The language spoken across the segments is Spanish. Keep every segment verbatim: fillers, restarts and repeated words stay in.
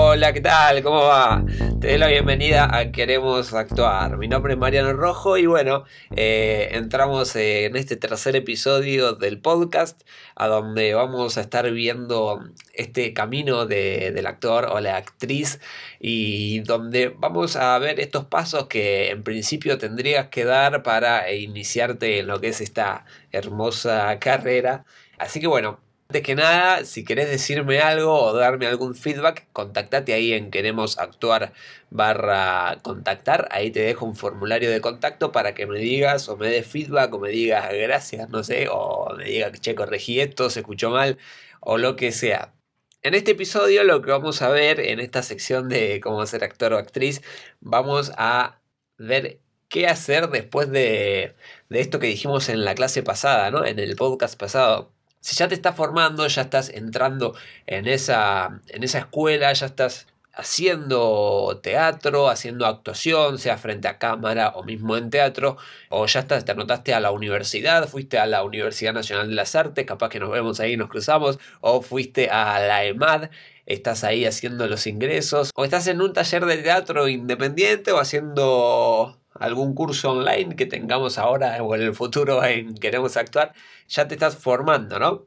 Hola, ¿qué tal? ¿Cómo va? Te doy la bienvenida a Queremos Actuar. Mi nombre es Mariano Rojo y bueno, eh, entramos en este tercer episodio del podcast a donde vamos a estar viendo este camino de, del actor o la actriz y donde vamos a ver estos pasos que en principio tendrías que dar para iniciarte en lo que es esta hermosa carrera. Así que bueno, antes que nada, si querés decirme algo o darme algún feedback, contactate ahí en Queremos Actuar barra contactar. Ahí te dejo un formulario de contacto para que me digas o me des feedback o me digas gracias, no sé, o me digas, che, corregí esto, se escuchó mal o lo que sea. En este episodio lo que vamos a ver en esta sección de cómo ser actor o actriz, vamos a ver qué hacer después de, de esto que dijimos en la clase pasada, ¿no? En el podcast pasado. Si ya te estás formando, ya estás entrando en esa, en esa escuela, ya estás haciendo teatro, haciendo actuación, sea frente a cámara o mismo en teatro, o ya estás, te anotaste a la universidad, fuiste a la Universidad Nacional de las Artes, capaz que nos vemos ahí y nos cruzamos, o fuiste a la EMAD, estás ahí haciendo los ingresos, o estás en un taller de teatro independiente o haciendo algún curso online que tengamos ahora o en el futuro en Queremos Actuar, ya te estás formando, ¿no?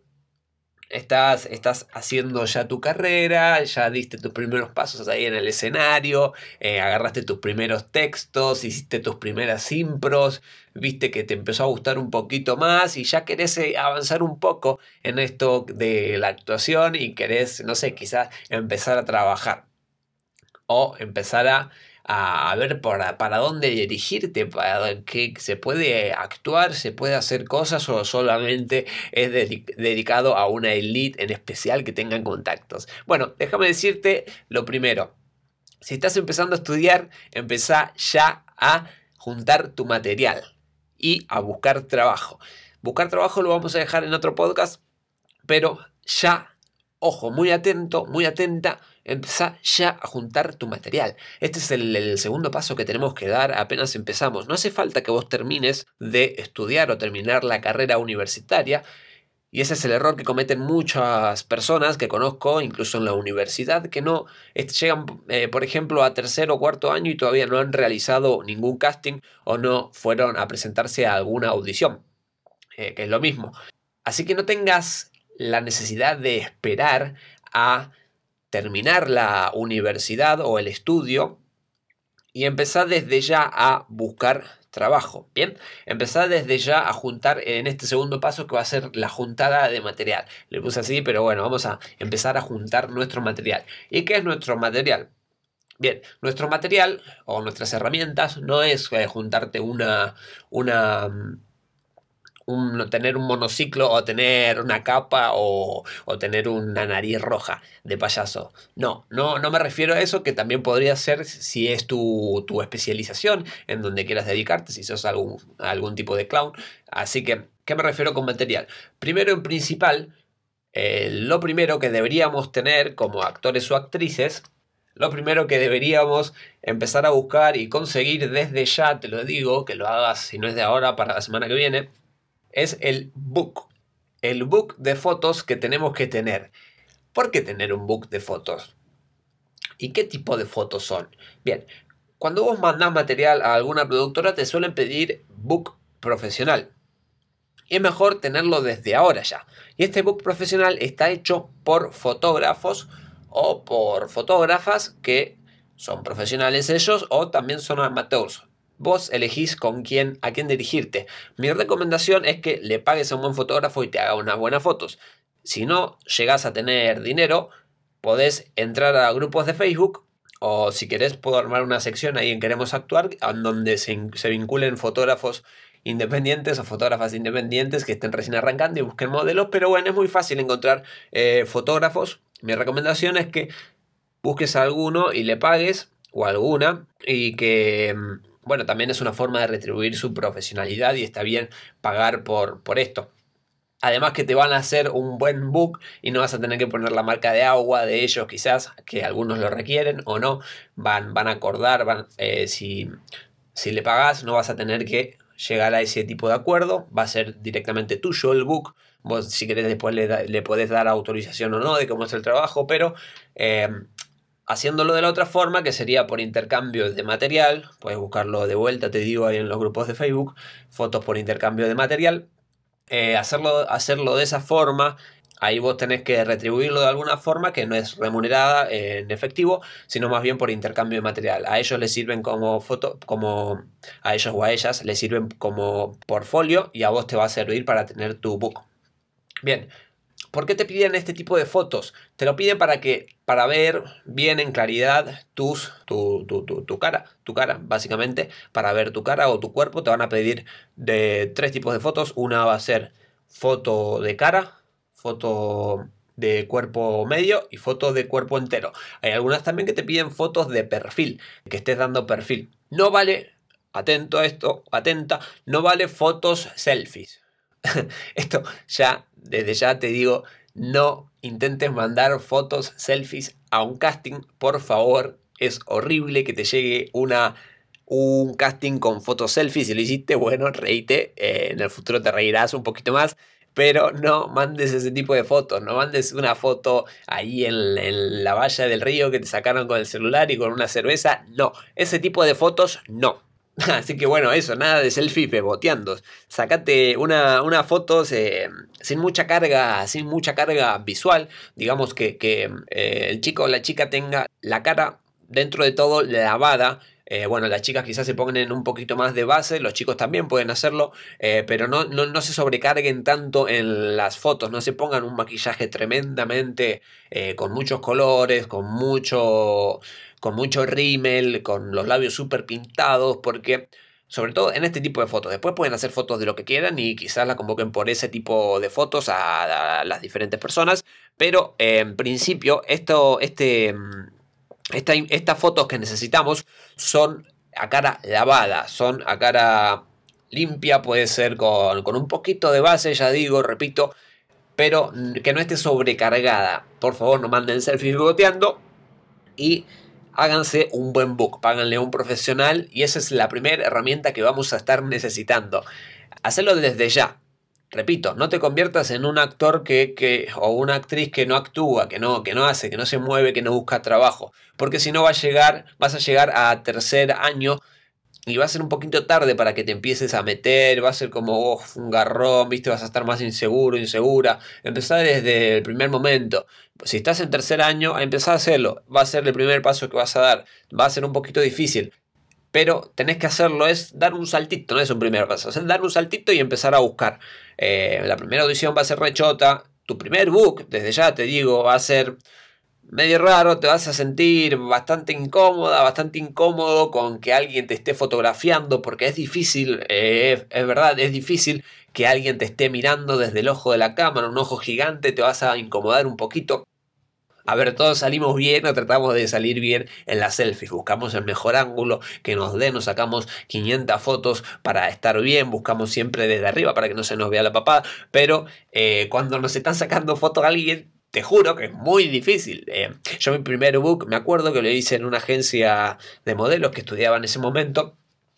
Estás, estás haciendo ya tu carrera, ya diste tus primeros pasos ahí en el escenario, eh, agarraste tus primeros textos, hiciste tus primeras impros, viste que te empezó a gustar un poquito más y ya querés eh, avanzar un poco en esto de la actuación y querés, no sé, quizás empezar a trabajar o empezar a a ver para, para dónde dirigirte, para que se puede actuar, se puede hacer cosas o solamente es dedic- dedicado a una elite en especial que tengan contactos. Bueno, déjame decirte lo primero. Si estás empezando a estudiar, empezá ya a juntar tu material y a buscar trabajo. Buscar trabajo lo vamos a dejar en otro podcast, pero ya, ojo, muy atento, muy atenta, empezá ya a juntar tu material. Este es el, el segundo paso que tenemos que dar apenas empezamos. No hace falta que vos termines de estudiar o terminar la carrera universitaria. Y ese es el error que cometen muchas personas que conozco, incluso en la universidad, que no est- llegan, eh, por ejemplo, a tercer o cuarto año y todavía no han realizado ningún casting o no fueron a presentarse a alguna audición, eh, que es lo mismo. Así que no tengas la necesidad de esperar a terminar la universidad o el estudio y empezar desde ya a buscar trabajo. Bien, empezar desde ya a juntar en este segundo paso que va a ser la juntada de material. Le puse así, pero bueno, vamos a empezar a juntar nuestro material. ¿Y qué es nuestro material? Bien, nuestro material o nuestras herramientas no es eh, juntarte una, una un, tener un monociclo o tener una capa o, o tener una nariz roja de payaso. No, no, no me refiero a eso, que también podría ser si es tu, tu especialización en donde quieras dedicarte, si sos algún, algún tipo de clown. Así que, ¿qué me refiero con material? Primero en principal, eh, lo primero que deberíamos tener como actores o actrices, lo primero que deberíamos empezar a buscar y conseguir desde ya, te lo digo, que lo hagas si no es de ahora para la semana que viene, es el book. El book de fotos que tenemos que tener. ¿Por qué tener un book de fotos? ¿Y qué tipo de fotos son? Bien, cuando vos mandás material a alguna productora te suelen pedir book profesional. Y es mejor tenerlo desde ahora ya. Y este book profesional está hecho por fotógrafos o por fotógrafas que son profesionales ellos o también son amateurs. Vos elegís con quién, a quién dirigirte. Mi recomendación es que le pagues a un buen fotógrafo y te haga unas buenas fotos. Si no llegás a tener dinero, podés entrar a grupos de Facebook o si querés puedo armar una sección ahí en Queremos Actuar en donde se, se vinculen fotógrafos independientes o fotógrafas independientes que estén recién arrancando y busquen modelos, pero bueno, es muy fácil encontrar eh, fotógrafos. Mi recomendación es que busques a alguno y le pagues o alguna y que, bueno, también es una forma de retribuir su profesionalidad y está bien pagar por, por esto. Además que te van a hacer un buen book y no vas a tener que poner la marca de agua de ellos quizás, que algunos lo requieren o no, van, van a acordar, van, eh, si, si le pagás no vas a tener que llegar a ese tipo de acuerdo, va a ser directamente tuyo el book, vos si querés después le, da, le podés dar autorización o no de cómo es el trabajo, pero eh, haciéndolo de la otra forma, que sería por intercambio de material. Puedes buscarlo de vuelta, te digo, ahí en los grupos de Facebook, fotos por intercambio de material. Eh, hacerlo, hacerlo de esa forma, ahí vos tenés que retribuirlo de alguna forma que no es remunerada en efectivo, sino más bien por intercambio de material. A ellos les sirven como foto, como a ellos o a ellas les sirven como portfolio, y a vos te va a servir para tener tu book. Bien. ¿Por qué te piden este tipo de fotos? Te lo piden para que, para ver bien en claridad tus, tu, tu, tu, tu cara, tu cara, básicamente. Para ver tu cara o tu cuerpo te van a pedir de tres tipos de fotos. Una va a ser foto de cara, foto de cuerpo medio y foto de cuerpo entero. Hay algunas también que te piden fotos de perfil, que estés dando perfil. No vale, atento a esto, atenta, no vale fotos selfies. Esto ya, desde ya te digo, no intentes mandar fotos selfies a un casting, por favor. Es horrible que te llegue una, un casting con fotos selfies. Si lo hiciste, bueno, reíte, eh, en el futuro te reirás un poquito más. Pero no mandes ese tipo de fotos, no mandes una foto ahí en, en la valla del río que te sacaron con el celular y con una cerveza. No, ese tipo de fotos no. Así que bueno, eso, nada de selfie beboteando. Sacate una, una foto eh, sin mucha carga, sin mucha carga visual. Digamos que, que eh, el chico o la chica tenga la cara dentro de todo lavada. Eh, bueno, las chicas quizás se pongan un poquito más de base, los chicos también pueden hacerlo, eh, pero no, no, no se sobrecarguen tanto en las fotos, no se pongan un maquillaje tremendamente eh, con muchos colores, con mucho, con mucho rímel, con los labios súper pintados, porque sobre todo en este tipo de fotos, después pueden hacer fotos de lo que quieran y quizás la convoquen por ese tipo de fotos a, a las diferentes personas, pero eh, en principio esto, este... Esta, estas fotos que necesitamos son a cara lavada, son a cara limpia, puede ser con, con un poquito de base, ya digo, repito, pero que no esté sobrecargada. Por favor, no manden selfies bigoteando y háganse un buen book, páganle a un profesional, y esa es la primera herramienta que vamos a estar necesitando. Hacerlo desde ya. Repito, no te conviertas en un actor que, que, o una actriz que no actúa, que no, que no hace, que no se mueve, que no busca trabajo. Porque si no va a llegar, vas a llegar a tercer año y va a ser un poquito tarde para que te empieces a meter, va a ser como oh, un garrón, ¿viste? Vas a estar más inseguro, insegura. Empezá desde el primer momento. Si estás en tercer año, a empezar a hacerlo. Va a ser el primer paso que vas a dar. Va a ser un poquito difícil, pero tenés que hacerlo, es dar un saltito, no es un primer paso, es dar un saltito y empezar a buscar. Eh, la primera audición va a ser rechota, tu primer book, desde ya te digo, va a ser medio raro, te vas a sentir bastante incómoda, bastante incómodo con que alguien te esté fotografiando, porque es difícil, eh, es, es verdad, es difícil que alguien te esté mirando desde el ojo de la cámara, un ojo gigante, te vas a incomodar un poquito. A ver, todos salimos bien o tratamos de salir bien en las selfies. Buscamos el mejor ángulo que nos dé, nos sacamos quinientas fotos para estar bien, buscamos siempre desde arriba para que no se nos vea la papada. Pero eh, cuando nos están sacando fotos a alguien, te juro que es muy difícil. Eh, yo mi primer book, me acuerdo que lo hice en una agencia de modelos que estudiaba en ese momento.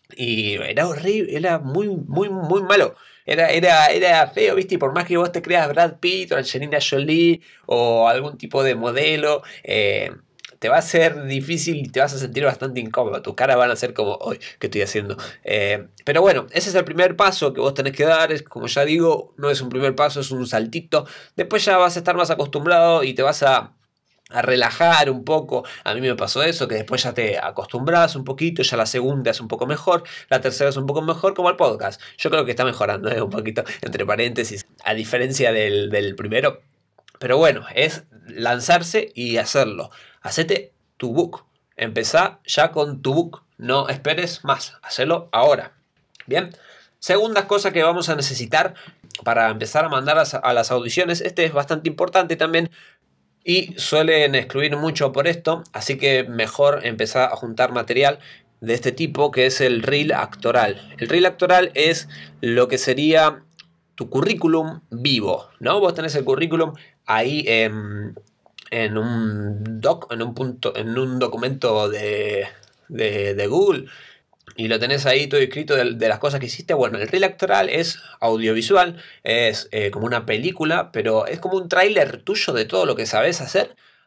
Y era horrible, era muy, muy, muy malo. Era, era, era feo, ¿viste? Y por más que vos te creas Brad Pitt o Angelina Jolie o algún tipo de modelo, eh, te va a ser difícil y te vas a sentir bastante incómodo. Tu cara van a ser como, uy, ¿qué estoy haciendo? Eh, pero bueno, ese es el primer paso que vos tenés que dar. Es, como ya digo, no es un primer paso, es un saltito. Después ya vas a estar más acostumbrado y te vas a... a relajar un poco. A mí me pasó eso, que después ya te acostumbras un poquito, ya la segunda es un poco mejor, la tercera es un poco mejor, como el podcast. Yo creo que está mejorando, ¿eh? Un poquito, entre paréntesis, a diferencia del, del primero. Pero bueno, es lanzarse y hacerlo. Hacete tu book. Empezá ya con tu book. No esperes más. Hacelo ahora. Bien. Segunda cosa que vamos a necesitar para empezar a mandar a, a las audiciones. Este es bastante importante también. Y suelen excluir mucho por esto, así que mejor empezar a juntar material de este tipo, que es el reel actoral. El reel actoral es lo que sería tu currículum vivo, ¿no? Vos tenés el currículum ahí en, en un doc, en un punto, en un documento de, de, de Google. Y lo tenés ahí todo escrito de, de las cosas que hiciste. Bueno, el reel actoral es audiovisual, es eh, como una película, pero es como un tráiler tuyo de todo lo que sabes hacer.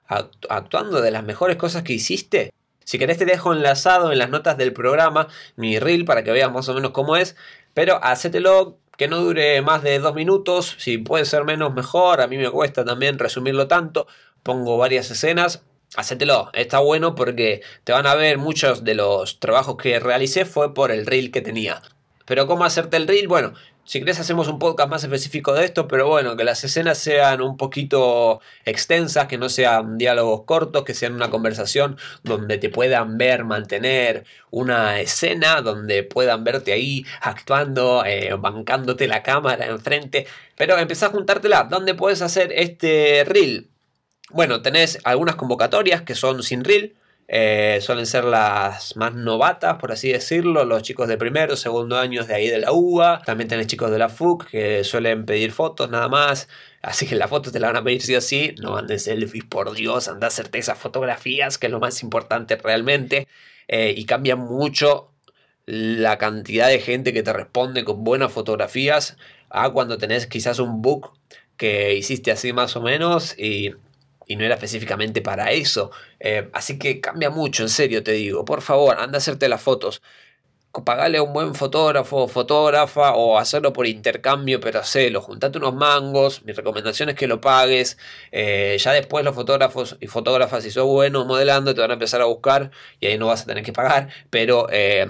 actu- actuando de las mejores cosas que hiciste. Si querés te dejo enlazado en las notas del programa mi reel para que veas más o menos cómo es, pero hacételo que no dure más de dos minutos, si puede ser menos mejor, a mí me cuesta también resumirlo tanto, pongo varias escenas. Hacételo, está bueno porque te van a ver muchos de los trabajos que realicé fue por el reel que tenía. Pero ¿cómo hacerte el reel? Bueno, si querés hacemos un podcast más específico de esto, pero bueno, que las escenas sean un poquito extensas, que no sean diálogos cortos, que sean una conversación donde te puedan ver, mantener una escena, donde puedan verte ahí actuando, eh, bancándote la cámara enfrente. Pero empezá a juntártela. ¿Dónde puedes hacer este reel? Bueno, tenés algunas convocatorias que son sin reel. Eh, suelen ser las más novatas, por así decirlo, los chicos de primero, segundo años de ahí de la U B A. También tenés chicos de la F U C que suelen pedir fotos nada más. Así que las fotos te las van a pedir sí o sí. No mandes selfies, por Dios, anda a hacerte esas fotografías, que es lo más importante realmente. Eh, y cambia mucho la cantidad de gente que te responde con buenas fotografías a cuando tenés quizás un book que hiciste así más o menos y y no era específicamente para eso. Eh, así que cambia mucho, en serio te digo. Por favor, anda a hacerte las fotos. Pagale a un buen fotógrafo o fotógrafa o hacerlo por intercambio, pero hacelo. Juntate unos mangos. Mi recomendación es que lo pagues. Eh, ya después los fotógrafos y fotógrafas, si sos bueno modelando, te van a empezar a buscar y ahí no vas a tener que pagar. Pero eh,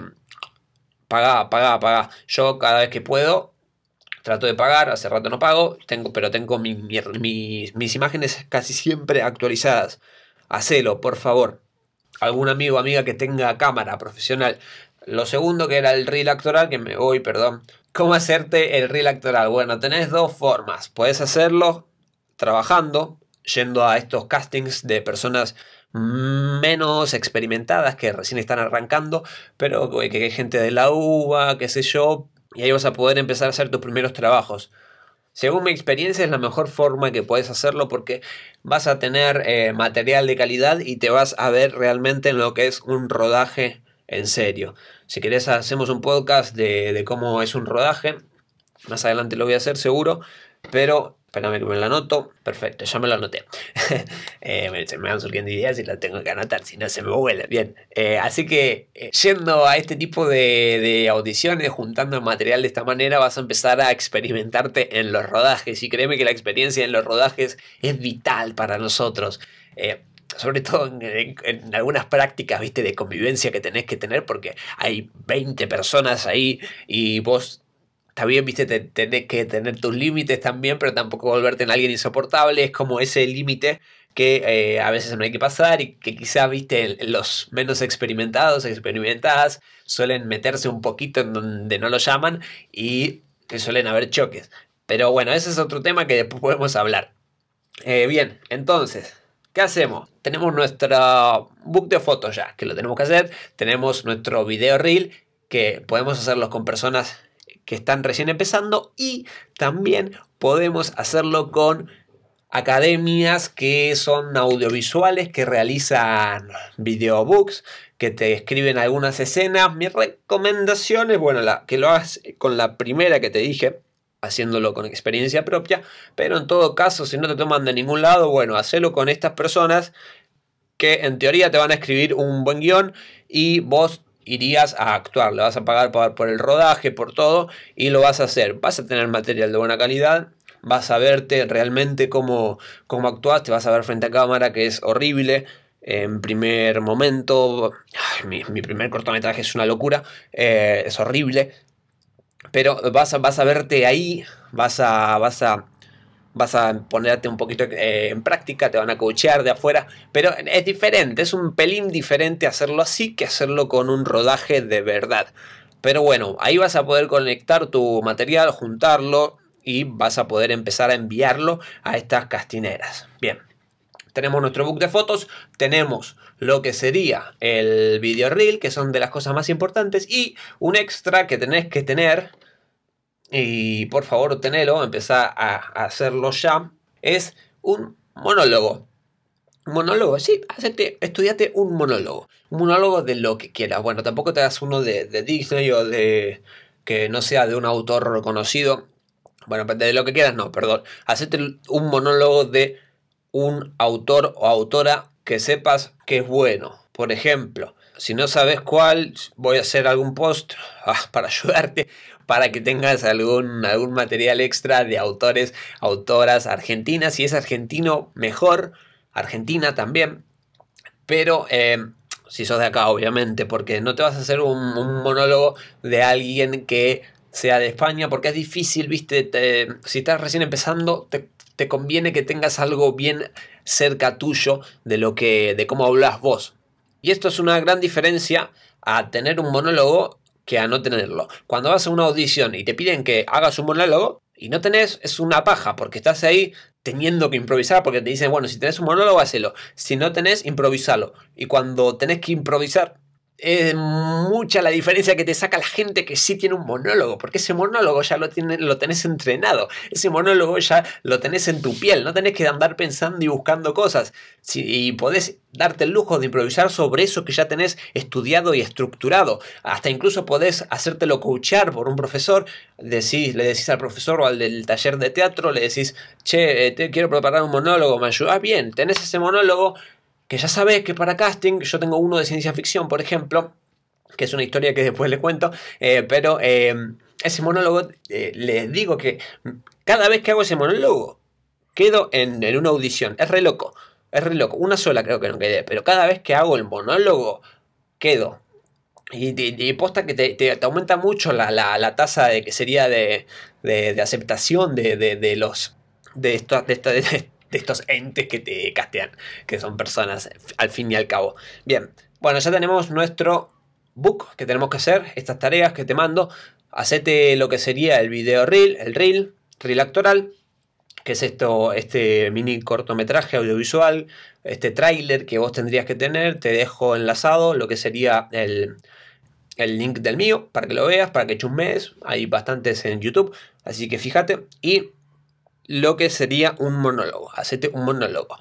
pagá, pagá, pagá. Yo cada vez que puedo trato de pagar, hace rato no pago, tengo, pero tengo mi, mi, mis, mis imágenes casi siempre actualizadas. Hacelo, por favor. Algún amigo o amiga que tenga cámara profesional. Lo segundo que era el reel actoral, que me voy, perdón. ¿Cómo hacerte el reel actoral? Bueno, tenés dos formas. Puedes hacerlo trabajando, yendo a estos castings de personas menos experimentadas que recién están arrancando, pero que hay gente de la U B A, qué sé yo, y ahí vas a poder empezar a hacer tus primeros trabajos. Según mi experiencia es la mejor forma que puedes hacerlo porque vas a tener eh, material de calidad y te vas a ver realmente en lo que es un rodaje en serio. Si querés hacemos un podcast de, de cómo es un rodaje. Más adelante lo voy a hacer seguro. Pero espérame que me lo anoto. Perfecto, ya me lo anoté. eh, me, se me van surgiendo ideas y las tengo que anotar, si no se me vuela. Bien. Eh, así que eh, yendo a este tipo de, de audiciones, juntando el material de esta manera, vas a empezar a experimentarte en los rodajes. Y créeme que la experiencia en los rodajes es vital para nosotros. Eh, sobre todo en, en, en algunas prácticas, viste, de convivencia que tenés que tener, porque hay veinte personas ahí y vos, está bien, viste, te, tenés que tener tus límites también, pero tampoco volverte en alguien insoportable. Es como ese límite que eh, a veces no hay que pasar y que quizás, viste, los menos experimentados, experimentadas, suelen meterse un poquito en donde no lo llaman y que suelen haber choques. Pero bueno, ese es otro tema que después podemos hablar. Eh, bien, entonces, ¿qué hacemos? Tenemos nuestro book de fotos ya, que lo tenemos que hacer. Tenemos nuestro video reel, que podemos hacerlos con personas que están recién empezando. Y también podemos hacerlo con academias que son audiovisuales, que realizan videobooks, que te escriben algunas escenas. Mi recomendación es, bueno, la, que lo hagas con la primera que te dije, haciéndolo con experiencia propia, pero en todo caso, si no te toman de ningún lado, bueno, hacelo con estas personas que en teoría te van a escribir un buen guión y vos irías a actuar, le vas a pagar por, por el rodaje, por todo, y lo vas a hacer. Vas a tener material de buena calidad, vas a verte realmente cómo, cómo actúas, te vas a ver frente a cámara, que es horrible. En primer momento, ay, mi, mi primer cortometraje es una locura, eh, es horrible. Pero vas a, vas a verte ahí, vas a, vas a, vas a ponerte un poquito eh, en práctica, te van a coachear de afuera, pero es diferente, es un pelín diferente hacerlo así que hacerlo con un rodaje de verdad. Pero bueno, ahí vas a poder conectar tu material, juntarlo y vas a poder empezar a enviarlo a estas castineras. Bien. Tenemos nuestro book de fotos, tenemos lo que sería el video reel, que son de las cosas más importantes, y un extra que tenés que tener, y por favor tenelo, empezá a hacerlo ya, es un monólogo. Un monólogo, sí, hacete, estudiate un monólogo. Un monólogo de lo que quieras. Bueno, tampoco te hagas uno de, de Disney o de que no sea de un autor reconocido. Bueno, de lo que quieras, no, perdón. Hacete un monólogo de un autor o autora que sepas que es bueno. Por ejemplo, si no sabes cuál, voy a hacer algún post ah, para ayudarte, para que tengas algún, algún material extra de autores, autoras argentinas. Si es argentino, mejor. Argentina también. Pero eh, si sos de acá, obviamente, porque no te vas a hacer un, un monólogo de alguien que sea de España, porque es difícil, ¿viste? Te, si estás recién empezando, te, te conviene que tengas algo bien cerca tuyo de, lo que, de cómo hablas vos. Y esto es una gran diferencia a tener un monólogo que a no tenerlo. Cuando vas a una audición y te piden que hagas un monólogo y no tenés, es una paja, porque estás ahí teniendo que improvisar, porque te dicen, bueno, si tenés un monólogo, hacelo. Si no tenés, improvisalo. Y cuando tenés que improvisar, es mucha la diferencia que te saca la gente que sí tiene un monólogo, porque ese monólogo ya lo, tiene, lo tenés entrenado, ese monólogo ya lo tenés en tu piel, no tenés que andar pensando y buscando cosas, sí, y podés darte el lujo de improvisar sobre eso que ya tenés estudiado y estructurado, hasta incluso podés hacértelo coachar por un profesor, decís, le decís al profesor o al del taller de teatro, le decís, che, te quiero preparar un monólogo, ¿me ayudás? Bien, tenés ese monólogo, que ya sabés que para casting, yo tengo uno de ciencia ficción, por ejemplo, que es una historia que después les cuento, eh, pero eh, ese monólogo, eh, les digo que cada vez que hago ese monólogo, quedo en, en una audición, es re loco, es re loco, una sola creo que no quedé, pero cada vez que hago el monólogo, quedo. Y, y, y posta que te, te, te aumenta mucho la, la, la tasa de que sería de, de, de aceptación de, de, de los de estos de, esta, de, de estos entes que te castean, que son personas al fin y al cabo. Bien, bueno, ya tenemos nuestro book que tenemos que hacer, estas tareas que te mando. Hacete lo que sería el video reel, el reel, reel actoral, que es esto, este mini cortometraje audiovisual, este tráiler que vos tendrías que tener. Te dejo enlazado lo que sería el, el link del mío para que lo veas, para que chusmees. Hay bastantes en YouTube, así que fíjate. Y lo que sería un monólogo. Hacete un monólogo.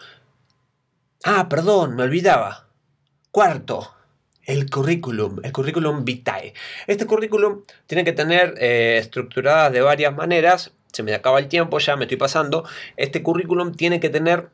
Ah, perdón, me olvidaba. Cuarto, el currículum. El currículum vitae. Este currículum tiene que tener eh, estructuradas de varias maneras. Se me acaba el tiempo, ya me estoy pasando. Este currículum tiene que tener,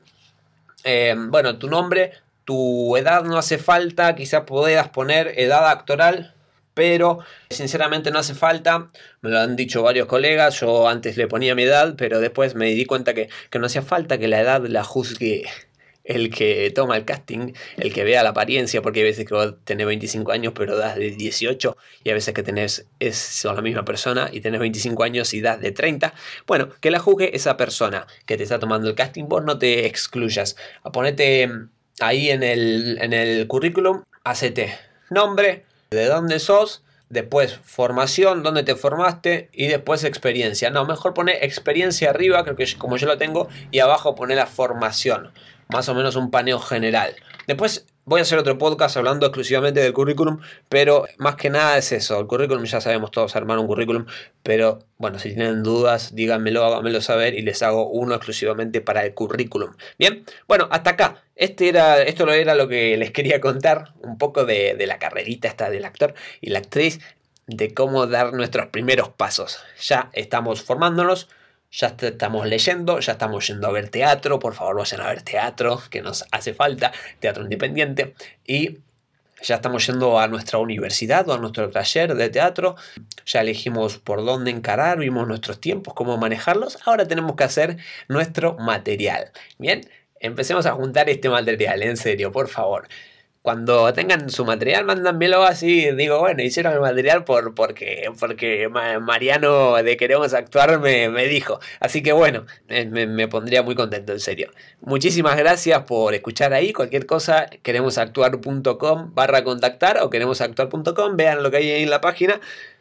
eh, bueno, tu nombre, tu edad no hace falta. Quizás puedas poner edad actoral, pero sinceramente no hace falta. Me lo han dicho varios colegas. Yo antes le ponía mi edad, pero después me di cuenta que, que no hacía falta que la edad la juzgue el que toma el casting, el que vea la apariencia, porque hay veces que vos tenés veinticinco años pero das de dieciocho, y a veces que tenés, es, son la misma persona y tenés veinticinco años y das de treinta. Bueno, que la juzgue esa persona que te está tomando el casting, vos no te excluyas. Ponete ahí en el, en el currículum, hacete nombre, de dónde sos, después formación, dónde te formaste, y después experiencia. No, mejor poner experiencia arriba, creo que como yo lo tengo, y abajo poner la formación. Más o menos un paneo general. Después voy a hacer otro podcast hablando exclusivamente del currículum, pero más que nada es eso. El currículum, ya sabemos todos armar un currículum, pero bueno, si tienen dudas, díganmelo, háganmelo saber y les hago uno exclusivamente para el currículum. Bien, bueno, hasta acá. Este era, esto era lo que les quería contar, un poco de, de la carrerita esta del actor y la actriz, de cómo dar nuestros primeros pasos. Ya estamos formándonos. Ya estamos leyendo, ya estamos yendo a ver teatro. Por favor, vayan a ver teatro, que nos hace falta, teatro independiente. Y ya estamos yendo a nuestra universidad o a nuestro taller de teatro. Ya elegimos por dónde encarar, vimos nuestros tiempos, cómo manejarlos. Ahora tenemos que hacer nuestro material. Bien, empecemos a juntar este material, en serio, por favor. Cuando tengan su material, mándanmelo así. Digo, bueno, hicieron el material por, porque, porque Mariano de Queremos Actuar me, me dijo. Así que bueno, me, me pondría muy contento, en serio. Muchísimas gracias por escuchar ahí. Cualquier cosa, queremosactuar punto com barra contactar o queremosactuar punto com. Vean lo que hay ahí en la página.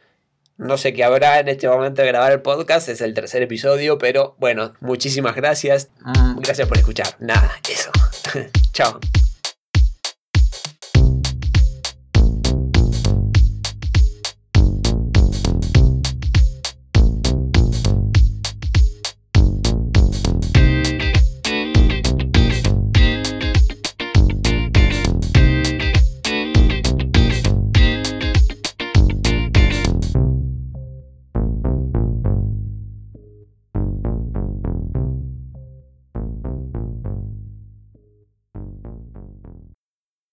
No sé qué habrá en este momento de grabar el podcast. Es el tercer episodio, pero bueno, muchísimas gracias. Gracias por escuchar. Nada, eso. Chao.